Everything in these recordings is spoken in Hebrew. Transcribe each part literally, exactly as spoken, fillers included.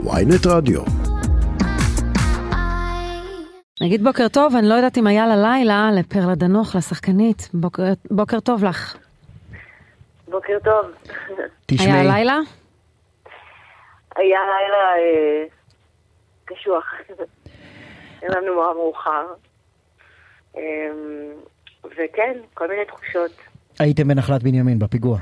וויינט רדיו. נגיד בוקר טוב, אני לא יודעת אם היה ללילה, לפרלה דנוך, לשחקנית. בוקר, בוקר טוב לך. בוקר טוב. תשמעי. היה לילה? היה לילה אה, קשוח. אין לנו מאוד מאוחר. אה, וכן, כל מיני תחושות. הייתם בנחלת בנימין בפיגוע?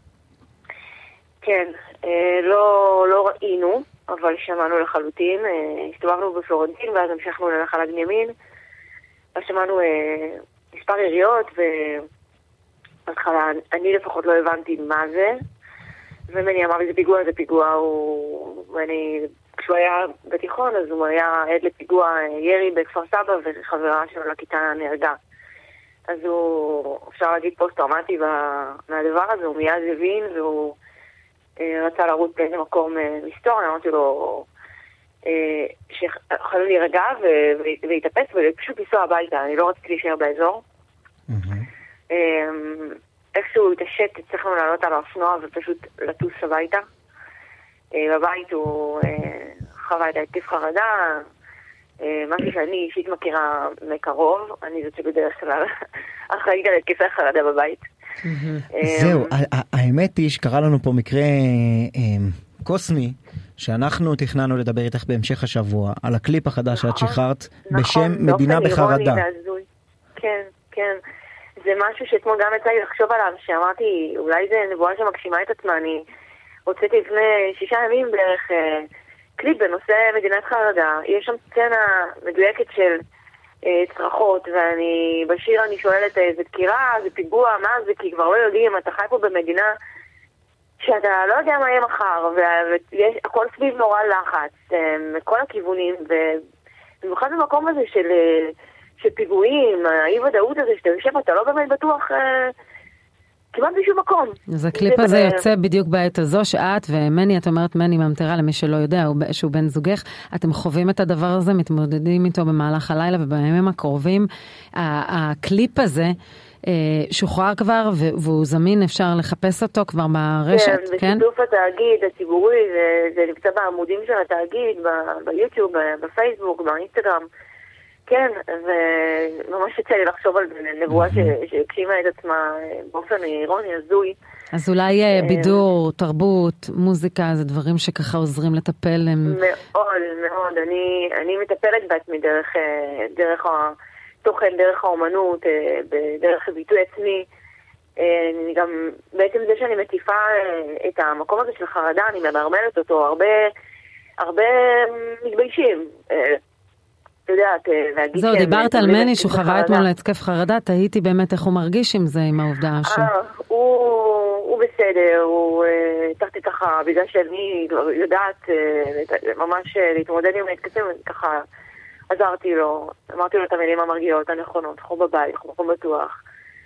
כן, אה, לא, לא ראינו, אבל שמענו לחלוטין. אה, הסתובבנו בפלורנטין, ואז המשכנו לנחלת בנימין. אז שמענו אה, מספר יריות, ובהתחלה אני לפחות לא הבנתי מה זה. ומני אמר לי, זה פיגוע, זה פיגוע. הוא... ואני... כשהוא היה בתיכון, אז הוא היה עד לפיגוע ירי בכפר סבא, וחברה שלו לכיתה נהרגה. אז הוא, אפשר להגיד פוסט-טראומטי מהדבר הזה, הוא מיד הבין, והוא אה, רצה לרוץ באיזה מקום אה, מסתור. אני אמרתי לו אה, שחלו להירגע והתאפס, ופשוט לנסוע הביתה, אני לא רציתי להישאר באזור. Mm-hmm. אה, איכשהו התעשת, הצלחנו לעלות על האופנוע ופשוט לטוס הביתה. אה, בבית הוא אה, חווה את התקף חרדה, משהו שאני אישית מכירה מקרוב, אני זאת שבדרך כלל אחראית על התקפי החרדה בבית. זהו, האמת היא שקרה לנו פה מקרה קוסמי, שאנחנו תכננו לדבר איתך בהמשך השבוע, על הקליפ החדש שאת שחררת, בשם מדינה בחרדה. כן, כן. זה משהו שאתמול גם יצא לי לחשוב עליו, שאמרתי, אולי זה נבואה שמגשימה את עצמה. אני הוצאתי לפני שישה ימים בערך קליפ בנושא מדינת חרדה. יש שם סצנה מדויקת של אה, צרחות, ואני בשיר אני שואלת איזה דקירה, זה פיגוע, מה זה, כי כבר לא יודעים, אתה חי פה במדינה שאתה לא יודע מה יהיה מחר, והכל סביב נורא לחץ, אה, מכל הכיוונים, ובמיוחד במקום הזה של, אה, של פיגועים, האי ודאות הזה שאתה יושב, אתה לא באמת בטוח... אה, כמעט בשום מקום. אז הקליפ הזה יוצא בדיוק בעת הזו, שאת ומני, את אומרת מני ממטרה, למי שלא יודע, שהוא בן זוגך, אתם חווים את הדבר הזה, מתמודדים איתו במהלך הלילה, ובימים הקרובים, הקליפ הזה, שוחרר כבר, והוא זמין, אפשר לחפש אותו כבר ברשת, כן? כן, בשיתוף התאגיד הציבורי, זה נמצא בעמודים של התאגיד, ביוטיוב, בפייסבוק, באינסטגרם, כן, וממש יצא לי לחשוב על נבואה שהגשימה את עצמה באופן אירוני, הזוי. אז אולי בידור, תרבות, מוזיקה, זה דברים שככה עוזרים לטפל הם... מאוד, מאוד. אני, אני מטפלת בעצמי דרך, דרך התוכן, דרך האומנות, בדרך הביטוי עצמי. אני גם, בעצם זה שאני מטיפה את המקום הזה של חרדה, אני ממרמלת אותו, הרבה, הרבה מתביישים. זהו, דיברת על מני שהוא חווה אתמול להתקף חרדה, תהיתי באמת איך הוא מרגיש עם זה, עם העובדה ש... הוא בסדר, הוא תחתי ככה, בגלל שאני יודעת ממש להתמודד עם ההתקפים, ככה עזרתי לו, אמרתי לו את המילים המרגיעות, הנכונות, חור בבית, חור בטוח,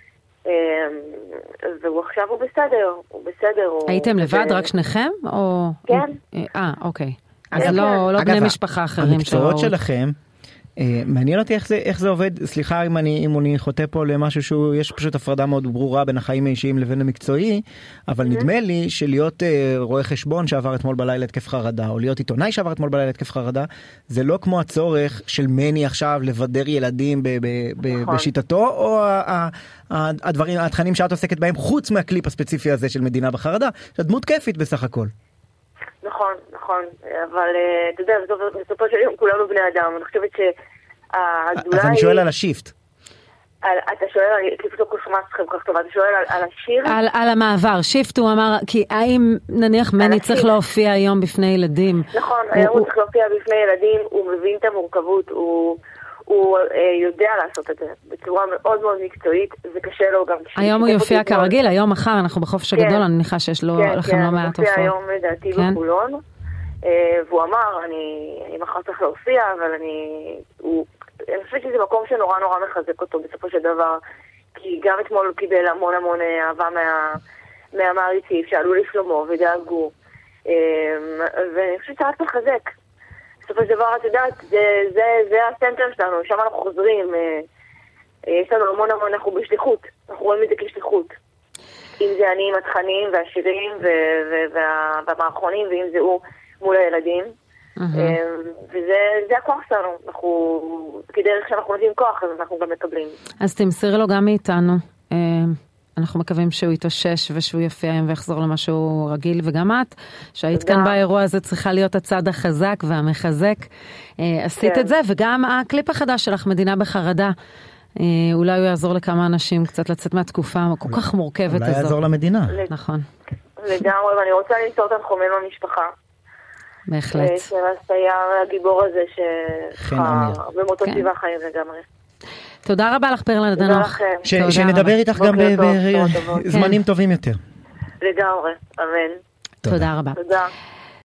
והוא עכשיו הוא בסדר, הוא בסדר. הייתם לבד, רק שניכם? כן. אה, אוקיי. אז לא בני משפחה אחרים. המקצועות שלכם, מעניין אותי איך זה, איך זה עובד, סליחה אם אני, אם אני חוטא פה למשהו שהוא, יש פשוט הפרדה מאוד ברורה בין החיים האישיים לבין המקצועי, אבל נדמה לי שלהיות רואה חשבון שעבר אתמול בלילה התקף חרדה, או להיות עיתונאי שעבר אתמול בלילה התקף חרדה, זה לא כמו הצורך של מני עכשיו לבדר ילדים ב, ב, ב, בשיטתו, או הדברים, התכנים שאת עוסקת בהם, חוץ מהקליפ הספציפי הזה של מדינה בחרדה, שהדמות כיפית בסך הכל. נכון, נכון, אבל אתה יודע, בסופו של יום כולנו בני אדם, אני חושבת שהגדולה היא... אז אני שואל על השיפט. אתה שואל, כאילו לא קושמה אתכם כך טוב, אתה שואל על השיר? על המעבר, שיפט הוא אמר, כי האם נניח מני צריך להופיע היום בפני ילדים? נכון, היום הוא צריך להופיע בפני ילדים, הוא מבין את המורכבות, הוא... הוא יודע לעשות את זה בצורה מאוד מאוד מקצועית, זה קשה לו גם... היום הוא יופיע כרגיל, היום מחר אנחנו בחופש הגדול, אני מניחה שיש לכם לא מעט הופעות. כן, כן, הוא יופיע היום לדעתי בחולון, והוא אמר, אני מחר צריך להופיע, אבל אני... אני חושבת שזה מקום שנורא נורא מחזק אותו בסופו של דבר, כי גם אתמול הוא קיבל המון המון אהבה מהמעריצים שעלו לשלומו ודאגו, ואני חושבת שזה רק מחזק. בסופו של דבר, את יודעת, זה, זה, זה הסנטר שלנו, שם אנחנו חוזרים, יש לנו המון המון, אנחנו בשליחות, אנחנו רואים את זה כשליחות. אם זה אני עם התכנים והשירים והמערכונים, ואם זה הוא מול הילדים. וזה הכוח שלנו, אנחנו, כדרך שאנחנו נותנים כוח, אז אנחנו גם מקבלים. אז תמסרי לו גם מאיתנו. אנחנו מקווים שהוא יתאושש ושהוא יפה היום ויחזור למשהו רגיל, וגם את, שהיית כאן באירוע הזה, צריכה להיות הצד החזק והמחזק. עשית את זה, וגם הקליפ החדש שלך, מדינה בחרדה, אולי הוא יעזור לכמה אנשים קצת לצאת מהתקופה כל כך מורכבת הזאת. אולי יעזור למדינה. נכון. לגמרי, ואני רוצה למסור תנחומים למשפחה. בהחלט. של הסייר הגיבור הזה, שבמותו טבע חיים לגמרי. תודה רבה לך פרלה דנוך. שנדבר איתך גם בזמנים טובים יותר. לגמרי, אמן. תודה רבה. תודה.